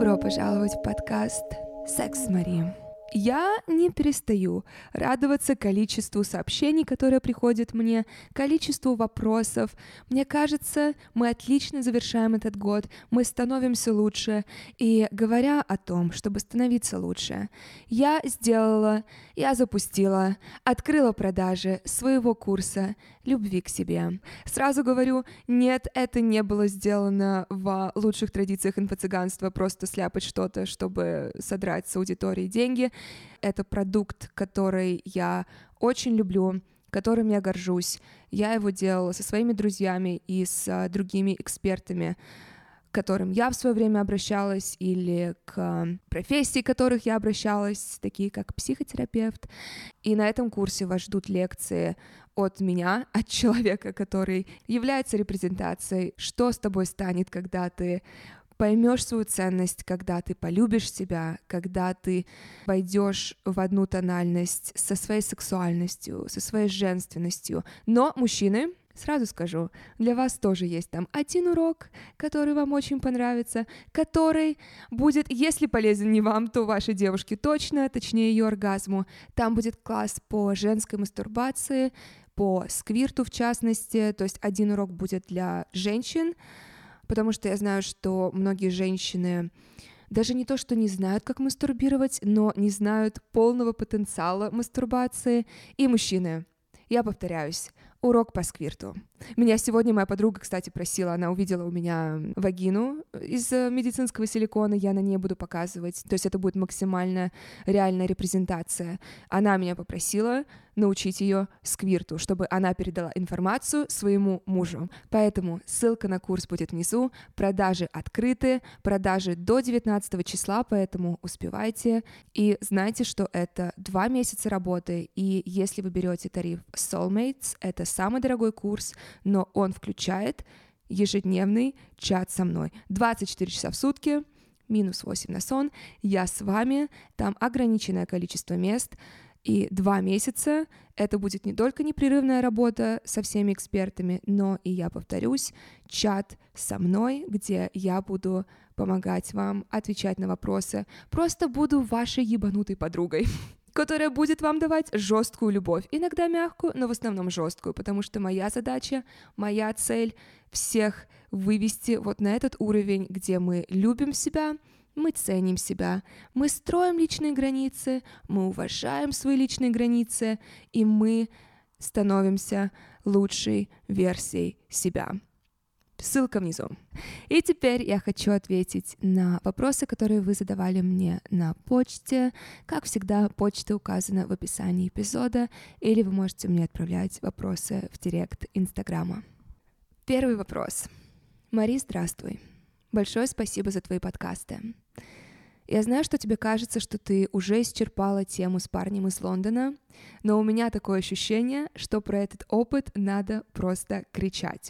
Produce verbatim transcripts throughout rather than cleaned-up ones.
Добро пожаловать в подкаст «Секс с Мари». Я не перестаю радоваться количеству сообщений, которые приходят мне, количеству вопросов. Мне кажется, мы отлично завершаем этот год, мы становимся лучше. И говоря о том, чтобы становиться лучше, я сделала, я запустила, открыла продажи своего курса «Любви к себе». Сразу говорю, нет, это не было сделано в лучших традициях инфо-цыганства, просто сляпать что-то, чтобы содрать с аудитории деньги. Это продукт, который я очень люблю, которым я горжусь. Я его делала со своими друзьями и с другими экспертами, к которым я в свое время обращалась, или к профессии, к которых я обращалась, такие как психотерапевт. И на этом курсе вас ждут лекции от меня, от человека, который является репрезентацией, что с тобой станет, когда ты поймешь свою ценность, когда ты полюбишь себя, когда ты войдешь в одну тональность со своей сексуальностью, со своей женственностью. Но, мужчины, сразу скажу, для вас тоже есть там один урок, который вам очень понравится, который будет, если полезен не вам, то вашей девушке точно, точнее ее оргазму. Там будет класс по женской мастурбации, по сквирту в частности, то есть один урок будет для женщин, потому что я знаю, что многие женщины даже не то, что не знают, как мастурбировать, но не знают полного потенциала мастурбации. И мужчины, я повторяюсь, урок по сквирту. Меня сегодня моя подруга, кстати, просила, она увидела у меня вагину из медицинского силикона, я на ней буду показывать, то есть это будет максимально реальная репрезентация. Она меня попросила научить ее сквирту, чтобы она передала информацию своему мужу. Поэтому ссылка на курс будет внизу, продажи открыты, продажи до девятнадцатого числа, поэтому успевайте. И знайте, что это два месяца работы, и если вы берете тариф Soulmates, это самый дорогой курс, но он включает ежедневный чат со мной. двадцать четыре часа в сутки, минус восемь на сон, я с вами, там ограниченное количество мест, и два месяца это будет не только непрерывная работа со всеми экспертами, но и, я повторюсь, чат со мной, где я буду помогать вам отвечать на вопросы. Просто буду вашей ебанутой подругой, которая будет вам давать жесткую любовь. Иногда мягкую, но в основном жесткую, потому что моя задача, моя цель всех вывести вот на этот уровень, где мы любим себя, мы ценим себя, мы строим личные границы, мы уважаем свои личные границы, и мы становимся лучшей версией себя. Ссылка внизу. И теперь я хочу ответить на вопросы, которые вы задавали мне на почте. Как всегда, почта указана в описании эпизода, или вы можете мне отправлять вопросы в директ Инстаграма. Первый вопрос. Мари, здравствуй. Большое спасибо за твои подкасты. Я знаю, что тебе кажется, что ты уже исчерпала тему с парнем из Лондона, но у меня такое ощущение, что про этот опыт надо просто кричать.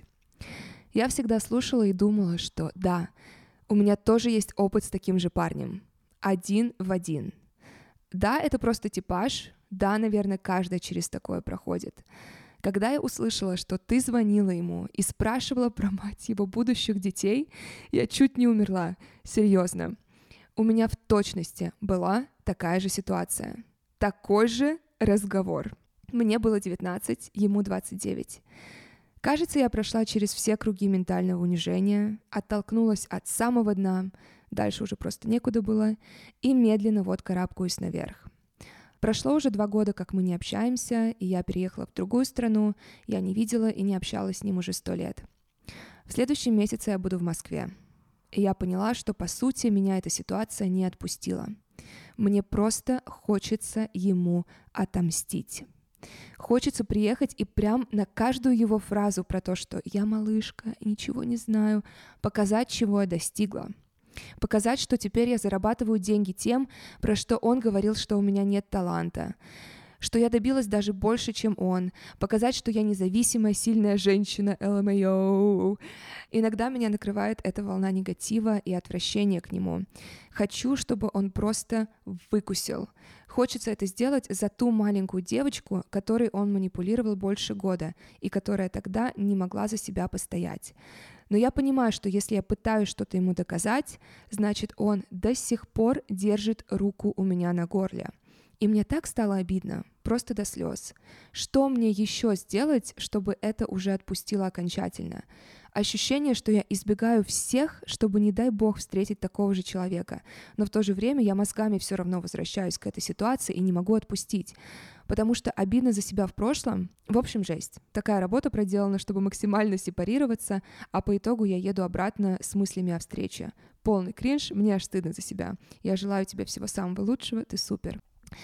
Я всегда слушала и думала, что да, у меня тоже есть опыт с таким же парнем. Один в один. Да, это просто типаж. Да, наверное, каждый через такое проходит. Когда я услышала, что ты звонила ему и спрашивала про мать его будущих детей, я чуть не умерла. Серьезно. У меня в точности была такая же ситуация. Такой же разговор. Мне было девятнадцать, ему двадцать девять. Кажется, я прошла через все круги ментального унижения, оттолкнулась от самого дна, дальше уже просто некуда было, и медленно вот карабкаюсь наверх. Прошло уже два года, как мы не общаемся, и я переехала в другую страну, я не видела и не общалась с ним уже сто лет. В следующем месяце я буду в Москве. И я поняла, что, по сути, меня эта ситуация не отпустила. Мне просто хочется ему отомстить. Хочется приехать и прям на каждую его фразу про то, что я малышка, ничего не знаю, показать, чего я достигла. Показать, что теперь я зарабатываю деньги тем, про что он говорил, что у меня нет таланта. Что я добилась даже больше, чем он. Показать, что я независимая, сильная женщина, эл эм эй о. Иногда меня накрывает эта волна негатива и отвращения к нему. Хочу, чтобы он просто выкусил. Хочется это сделать за ту маленькую девочку, которой он манипулировал больше года, и которая тогда не могла за себя постоять. Но я понимаю, что если я пытаюсь что-то ему доказать, значит, он до сих пор держит руку у меня на горле. И мне так стало обидно, просто до слез. Что мне еще сделать, чтобы это уже отпустило окончательно? Ощущение, что я избегаю всех, чтобы, не дай бог, встретить такого же человека. Но в то же время я мозгами все равно возвращаюсь к этой ситуации и не могу отпустить. Потому что обидно за себя в прошлом. В общем, жесть. Такая работа проделана, чтобы максимально сепарироваться, а по итогу я еду обратно с мыслями о встрече. Полный кринж, мне аж стыдно за себя. Я желаю тебе всего самого лучшего, ты супер.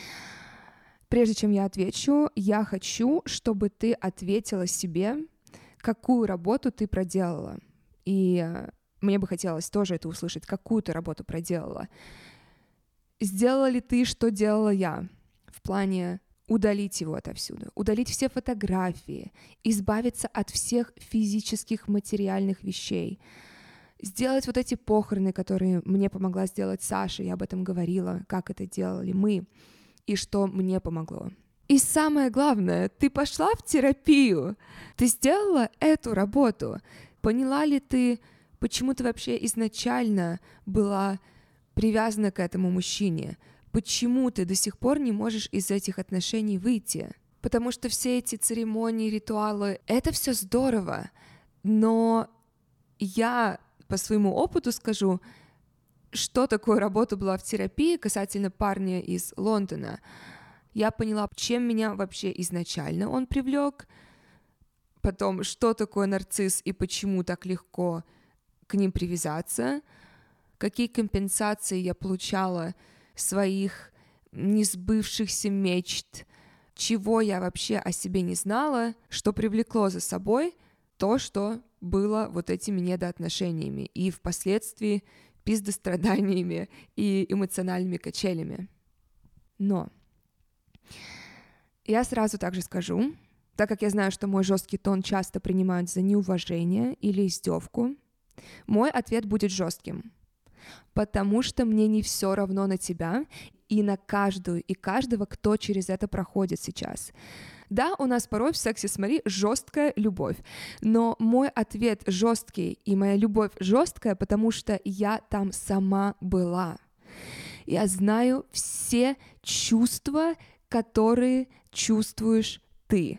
Прежде чем я отвечу, я хочу, чтобы ты ответила себе, какую работу ты проделала. И мне бы хотелось тоже это услышать, какую ты работу проделала. Сделала ли ты, что делала я? В плане удалить его отовсюду, удалить все фотографии, избавиться от всех физических материальных вещей, сделать вот эти похороны, которые мне помогла сделать Саша, я об этом говорила, как это делали мы, и что мне помогло. И самое главное, ты пошла в терапию, ты сделала эту работу. Поняла ли ты, почему ты вообще изначально была привязана к этому мужчине? Почему ты до сих пор не можешь из этих отношений выйти? Потому что все эти церемонии, ритуалы, это все здорово, но я по своему опыту скажу, что такое работа была в терапии касательно парня из Лондона. Я поняла, чем меня вообще изначально он привлек, потом, что такое нарцисс и почему так легко к ним привязаться, какие компенсации я получала своих несбывшихся мечт, чего я вообще о себе не знала, что привлекло за собой то, что было вот этими недоотношениями и впоследствии пиздостраданиями и эмоциональными качелями. Но я сразу также скажу, так как я знаю, что мой жесткий тон часто принимают за неуважение или издевку, мой ответ будет жестким, потому что мне не все равно на тебя и на каждую и каждого, кто через это проходит сейчас. Да, у нас порой в «Сексе с Мари» жесткая любовь, но мой ответ жесткий и моя любовь жесткая, потому что я там сама была. Я знаю все чувства, которые чувствуешь ты.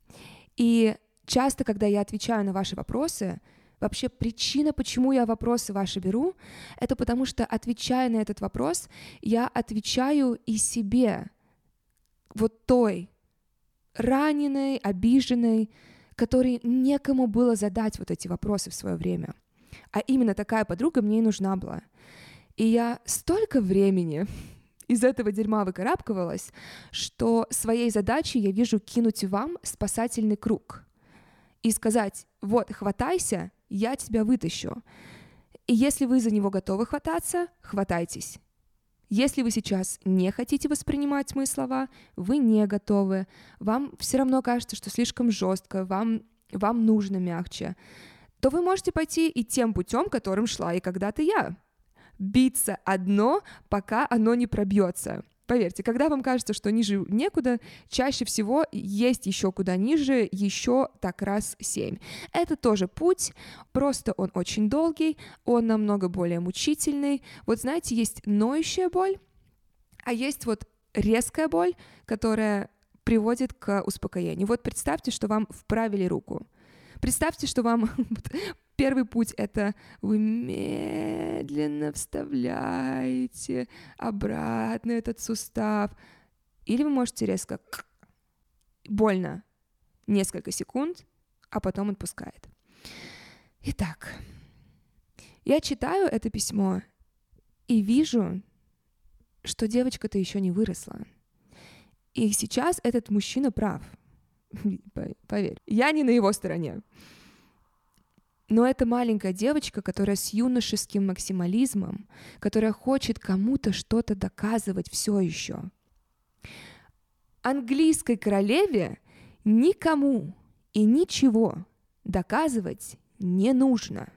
И часто, когда я отвечаю на ваши вопросы, вообще причина, почему я вопросы ваши беру, это потому что, отвечая на этот вопрос, я отвечаю и себе, вот той, раненой, обиженной, которой некому было задать вот эти вопросы в свое время. А именно такая подруга мне и нужна была. И я столько времени из этого дерьма выкарабкивалась, что своей задачей я вижу кинуть вам спасательный круг и сказать: вот, хватайся, я тебя вытащу. И если вы за него готовы хвататься, хватайтесь. Если вы сейчас не хотите воспринимать мои слова, вы не готовы, вам все равно кажется, что слишком жестко, вам, вам нужно мягче, то вы можете пойти и тем путем, которым шла и когда-то я. Биться одно, пока оно не пробьется. Поверьте, когда вам кажется, что ниже некуда, чаще всего есть еще куда ниже, еще так раз семь. Это тоже путь, просто он очень долгий, он намного более мучительный. Вот знаете, есть ноющая боль, а есть вот резкая боль, которая приводит к успокоению. Вот представьте, что вам вправили руку. Представьте, что вам первый путь — это вы медленно вставляете обратно этот сустав. Или вы можете резко больно несколько секунд, а потом отпускает. Итак, я читаю это письмо и вижу, что девочка-то еще не выросла. И сейчас этот мужчина прав. Поверь, я не на его стороне. Но это маленькая девочка, которая с юношеским максимализмом, которая хочет кому-то что-то доказывать все еще. Английской королеве никому и ничего доказывать не нужно.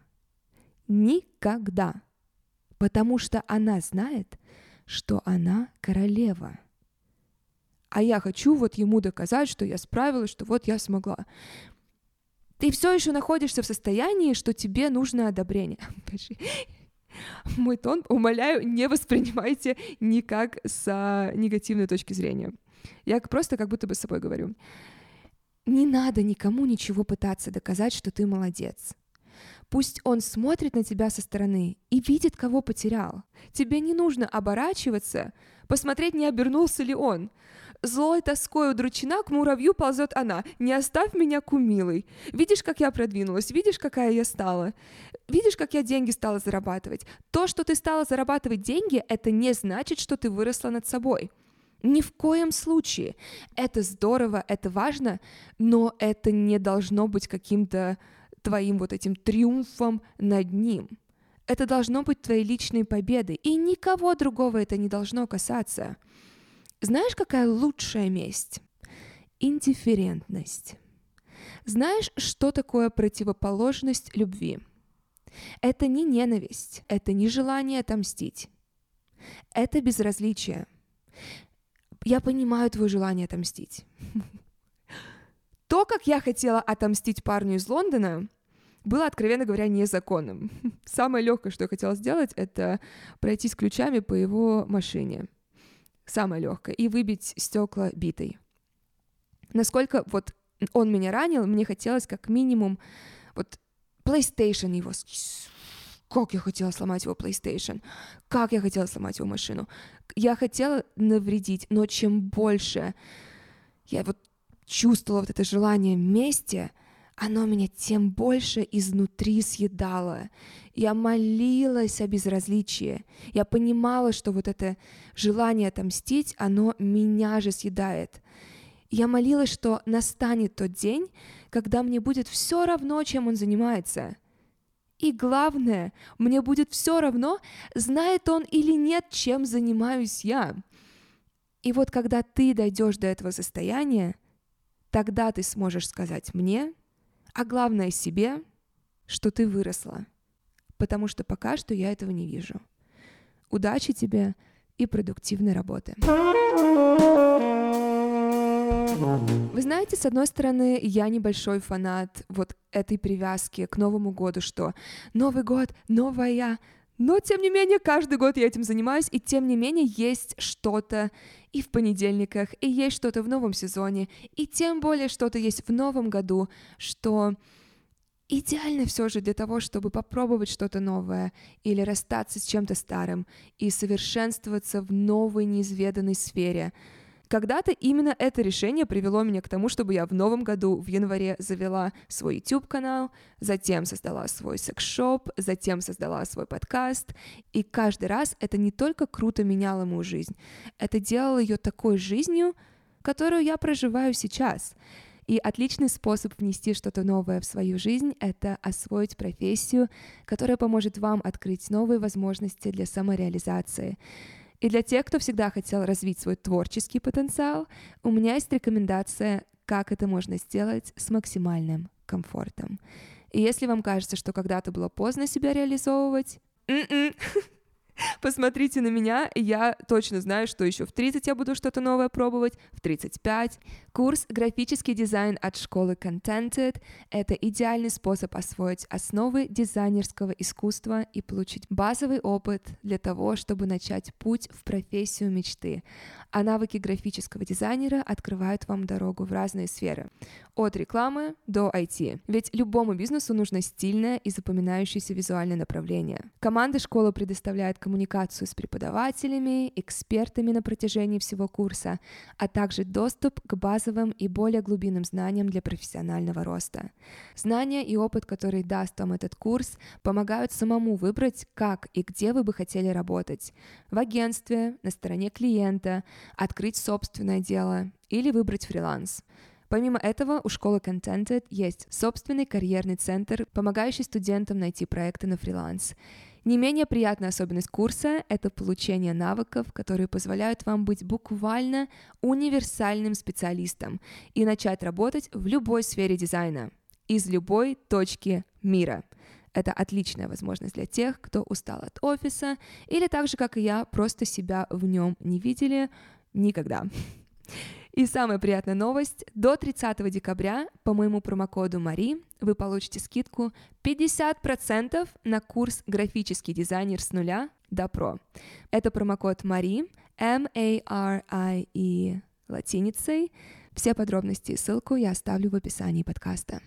Никогда. Потому что она знает, что она королева. А я хочу вот ему доказать, что я справилась, что вот я смогла. Ты все еще находишься в состоянии, что тебе нужно одобрение. Мой тон, умоляю, не воспринимайте никак с негативной точки зрения. Я просто как будто бы с собой говорю. Не надо никому ничего пытаться доказать, что ты молодец. Пусть он смотрит на тебя со стороны и видит, кого потерял. Тебе не нужно оборачиваться, посмотреть, не обернулся ли он. Злой тоской удручена, к муравью ползет она. Не оставь меня, кумилой. Видишь, как я продвинулась? Видишь, какая я стала? Видишь, как я деньги стала зарабатывать? То, что ты стала зарабатывать деньги, это не значит, что ты выросла над собой. Ни в коем случае. Это здорово, это важно, но это не должно быть каким-то твоим вот этим триумфом над ним. Это должно быть твоей личной победой, и никого другого это не должно касаться. Знаешь, какая лучшая месть? Индифферентность. Знаешь, что такое противоположность любви? Это не ненависть, это не желание отомстить. Это безразличие. Я понимаю твое желание отомстить. То, как я хотела отомстить парню из Лондона, было, откровенно говоря, незаконным. Самое легкое, что я хотела сделать, это пройтись ключами по его машине. Самое легкое. И выбить стекла битой. Насколько вот он меня ранил, мне хотелось как минимум вот PlayStation его... Как я хотела сломать его PlayStation. Как я хотела сломать его машину. Я хотела навредить, но чем больше я вот чувствовала вот это желание мести, оно меня тем больше изнутри съедало. Я молилась о безразличии. Я понимала, что вот это желание отомстить, оно меня же съедает. Я молилась, что настанет тот день, когда мне будет все равно, чем он занимается. И главное, мне будет все равно, знает он или нет, чем занимаюсь я. И вот когда ты дойдешь до этого состояния, тогда ты сможешь сказать мне, а главное себе, что ты выросла. Потому что пока что я этого не вижу. Удачи тебе и продуктивной работы. Вы знаете, с одной стороны, я небольшой фанат вот этой привязки к Новому году, что Новый год, новая я. Но, тем не менее, каждый год я этим занимаюсь, и тем не менее есть что-то и в понедельниках, и есть что-то в новом сезоне, и тем более что-то есть в новом году, что идеально все же для того, чтобы попробовать что-то новое или расстаться с чем-то старым и совершенствоваться в новой неизведанной сфере. Когда-то именно это решение привело меня к тому, чтобы я в новом году, в январе, завела свой YouTube-канал, затем создала свой секс-шоп, затем создала свой подкаст. И каждый раз это не только круто меняло мою жизнь, это делало ее такой жизнью, которую я проживаю сейчас. И отличный способ внести что-то новое в свою жизнь — это освоить профессию, которая поможет вам открыть новые возможности для самореализации. И для тех, кто всегда хотел развить свой творческий потенциал, у меня есть рекомендация, как это можно сделать с максимальным комфортом. И если вам кажется, что когда-то было поздно себя реализовывать, м-м. Посмотрите на меня, я точно знаю, что еще в тридцать я буду что-то новое пробовать, в тридцать пять. Курс «Графический дизайн» от школы Contented — это идеальный способ освоить основы дизайнерского искусства и получить базовый опыт для того, чтобы начать путь в профессию мечты. А навыки графического дизайнера открывают вам дорогу в разные сферы, от рекламы до ай ти. Ведь любому бизнесу нужно стильное и запоминающееся визуальное направление. Команда школы предоставляет коммуникацию с преподавателями, экспертами на протяжении всего курса, а также доступ к базовым и более глубинным знаниям для профессионального роста. Знания и опыт, который даст вам этот курс, помогают самому выбрать, как и где вы бы хотели работать. В агентстве, на стороне клиента, открыть собственное дело или выбрать фриланс. Помимо этого, у школы Contented есть собственный карьерный центр, помогающий студентам найти проекты на фриланс. Не менее приятная особенность курса — это получение навыков, которые позволяют вам быть буквально универсальным специалистом и начать работать в любой сфере дизайна, из любой точки мира. Это отличная возможность для тех, кто устал от офиса или так же, как и я, просто себя в нем не видели никогда. И самая приятная новость, до тридцатого декабря по моему промокоду Мари вы получите скидку пятьдесят процентов на курс «Графический дизайнер с нуля до про». Это промокод Мари, эм эй ар ай и латиницей. Все подробности и ссылку я оставлю в описании подкаста.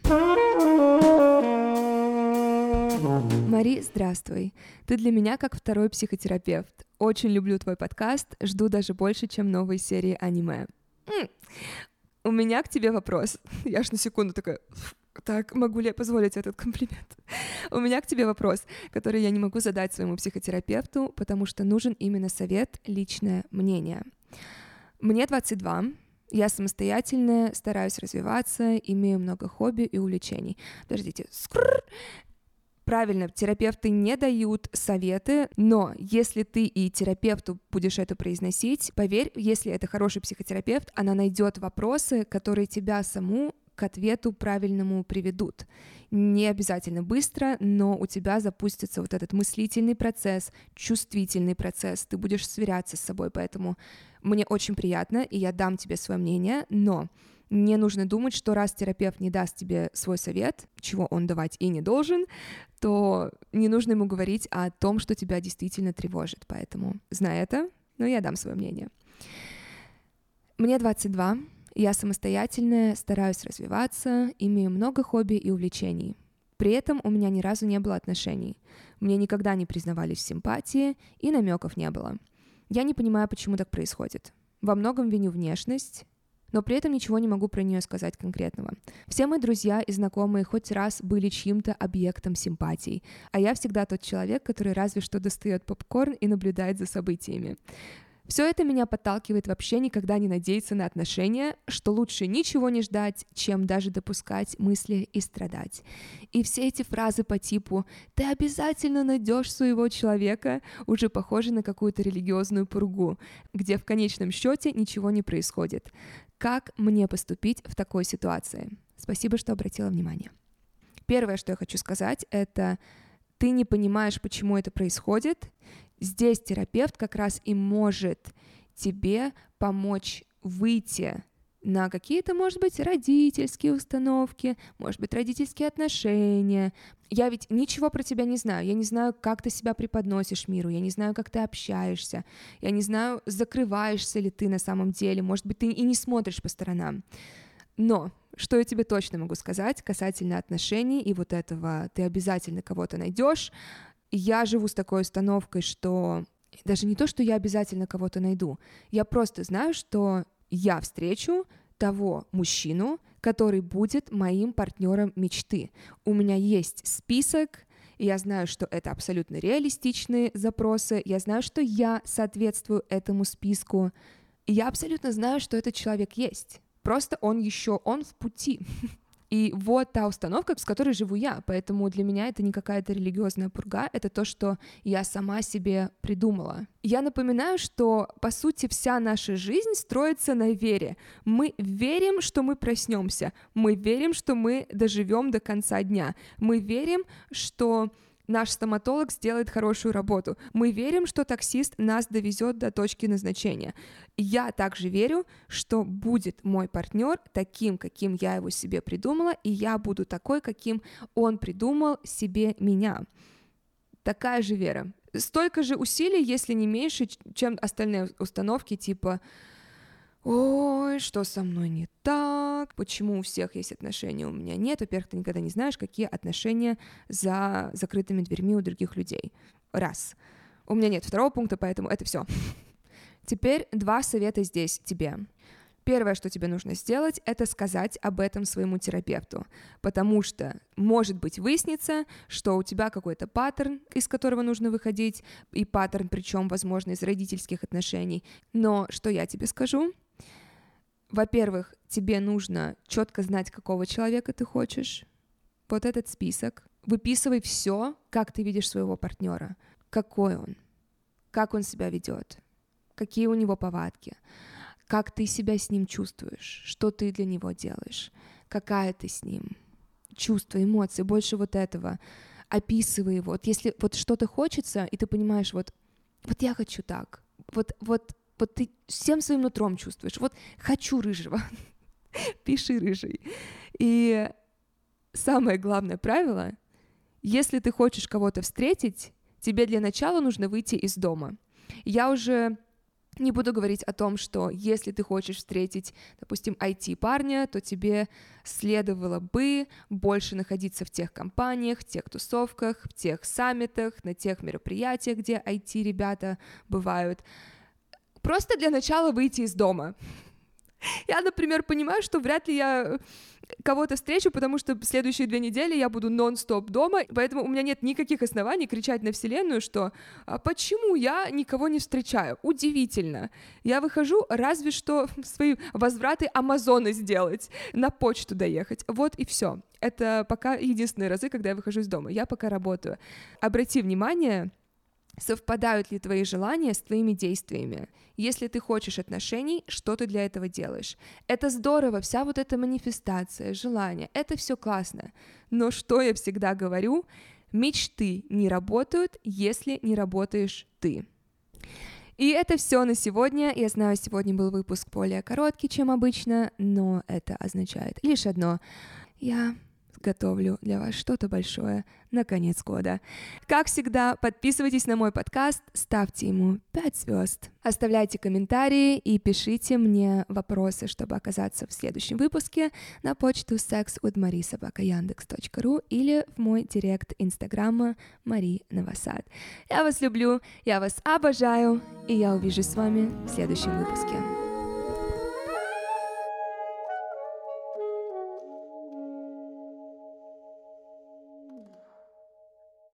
Мари, здравствуй. Ты для меня как второй психотерапевт. Очень люблю твой подкаст, жду даже больше, чем новые серии аниме. М-м. У меня к тебе вопрос. Я аж на секунду такая... Так, могу ли я позволить этот комплимент? У меня к тебе вопрос, который я не могу задать своему психотерапевту, потому что нужен именно совет, личное мнение. Мне двадцать два, я самостоятельная, стараюсь развиваться, имею много хобби и увлечений. Подождите, скррр. Правильно, терапевты не дают советы, но если ты и терапевту будешь это произносить, поверь, если это хороший психотерапевт, она найдет вопросы, которые тебя саму к ответу правильному приведут. Не обязательно быстро, но у тебя запустится вот этот мыслительный процесс, чувствительный процесс, ты будешь сверяться с собой, поэтому мне очень приятно, и я дам тебе свое мнение, но не нужно думать, что раз терапевт не даст тебе свой совет, чего он давать и не должен, то не нужно ему говорить о том, что тебя действительно тревожит. Поэтому, зная это, ну, я дам свое мнение. Мне двадцать два, я самостоятельная, стараюсь развиваться, имею много хобби и увлечений. При этом у меня ни разу не было отношений. Мне никогда не признавались в симпатии, и намеков не было. Я не понимаю, почему так происходит. Во многом виню внешность, но при этом ничего не могу про нее сказать конкретного. Все мои друзья и знакомые хоть раз были чьим-то объектом симпатий, а я всегда тот человек, который разве что достает попкорн и наблюдает за событиями. Все это меня подталкивает вообще никогда не надеяться на отношения, что лучше ничего не ждать, чем даже допускать мысли и страдать. И все эти фразы по типу «ты обязательно найдешь своего человека» уже похожи на какую-то религиозную пургу, где в конечном счете ничего не происходит. Как мне поступить в такой ситуации? Спасибо, что обратила внимание. Первое, что я хочу сказать, это ты не понимаешь, почему это происходит. Здесь терапевт как раз и может тебе помочь выйти на какие-то, может быть, родительские установки, может быть, родительские отношения. Я ведь ничего про тебя не знаю. Я не знаю, как ты себя преподносишь миру, я не знаю, как ты общаешься, я не знаю, закрываешься ли ты на самом деле, может быть, ты и не смотришь по сторонам. Но что я тебе точно могу сказать касательно отношений и вот этого «ты обязательно кого-то найдешь», я живу с такой установкой, что даже не то, что я обязательно кого-то найду, я просто знаю, что я встречу того мужчину, который будет моим партнером мечты. У меня есть список, и я знаю, что это абсолютно реалистичные запросы, я знаю, что я соответствую этому списку, и я абсолютно знаю, что этот человек есть. Просто он еще, он в пути. И вот та установка, с которой живу я, поэтому для меня это не какая-то религиозная пурга, это то, что я сама себе придумала. Я напоминаю, что, по сути, вся наша жизнь строится на вере. Мы верим, что мы проснемся, мы верим, что мы доживем до конца дня, мы верим, что наш стоматолог сделает хорошую работу. Мы верим, что таксист нас довезет до точки назначения. Я также верю, что будет мой партнер таким, каким я его себе придумала, и я буду такой, каким он придумал себе меня. Такая же вера. Столько же усилий, если не меньше, чем остальные установки, типа «Ой, что со мной не так? Почему у всех есть отношения, у меня нет?» Во-первых, ты никогда не знаешь, какие отношения за закрытыми дверьми у других людей. Раз. У меня нет второго пункта, поэтому это все. Теперь два совета здесь тебе. Первое, что тебе нужно сделать, это сказать об этом своему терапевту, потому что, может быть, выяснится, что у тебя какой-то паттерн, из которого нужно выходить, и паттерн, причем, возможно, из родительских отношений. Но что я тебе скажу? Во-первых, тебе нужно четко знать, какого человека ты хочешь. Вот этот список. Выписывай все, как ты видишь своего партнера. Какой он? Как он себя ведет? Какие у него повадки? Как ты себя с ним чувствуешь? Что ты для него делаешь? Какая ты с ним? Чувства, эмоции, больше вот этого. Описывай его. Вот если вот что-то хочется, и ты понимаешь, вот, вот я хочу так. Вот, вот вот ты всем своим нутром чувствуешь, вот хочу рыжего, пиши рыжий. И самое главное правило, если ты хочешь кого-то встретить, тебе для начала нужно выйти из дома. Я уже не буду говорить о том, что если ты хочешь встретить, допустим, ай ти-парня, то тебе следовало бы больше находиться в тех компаниях, в тех тусовках, в тех саммитах, на тех мероприятиях, где ай ти-ребята бывают. Просто для начала выйти из дома. Я, например, понимаю, что вряд ли я кого-то встречу, потому что следующие две недели я буду нон-стоп дома, поэтому у меня нет никаких оснований кричать на Вселенную, что а почему я никого не встречаю? Удивительно. Я выхожу разве что свои возвраты Амазона сделать, на почту доехать. Вот и все. Это пока единственные разы, когда я выхожу из дома. Я пока работаю. Обрати внимание, совпадают ли твои желания с твоими действиями? Если ты хочешь отношений, что ты для этого делаешь? Это здорово, вся вот эта манифестация, желание, это все классно. Но что я всегда говорю? Мечты не работают, если не работаешь ты. И это все на сегодня. Я знаю, сегодня был выпуск более короткий, чем обычно, но это означает лишь одно. Я готовлю для вас что-то большое на конец года. Как всегда, подписывайтесь на мой подкаст, ставьте ему пять звезд, оставляйте комментарии и пишите мне вопросы, чтобы оказаться в следующем выпуске на почту секс with marie собака яндекс точка ру или в мой директ инстаграма Мари Новосад. Я вас люблю, я вас обожаю, и я увижусь с вами в следующем выпуске.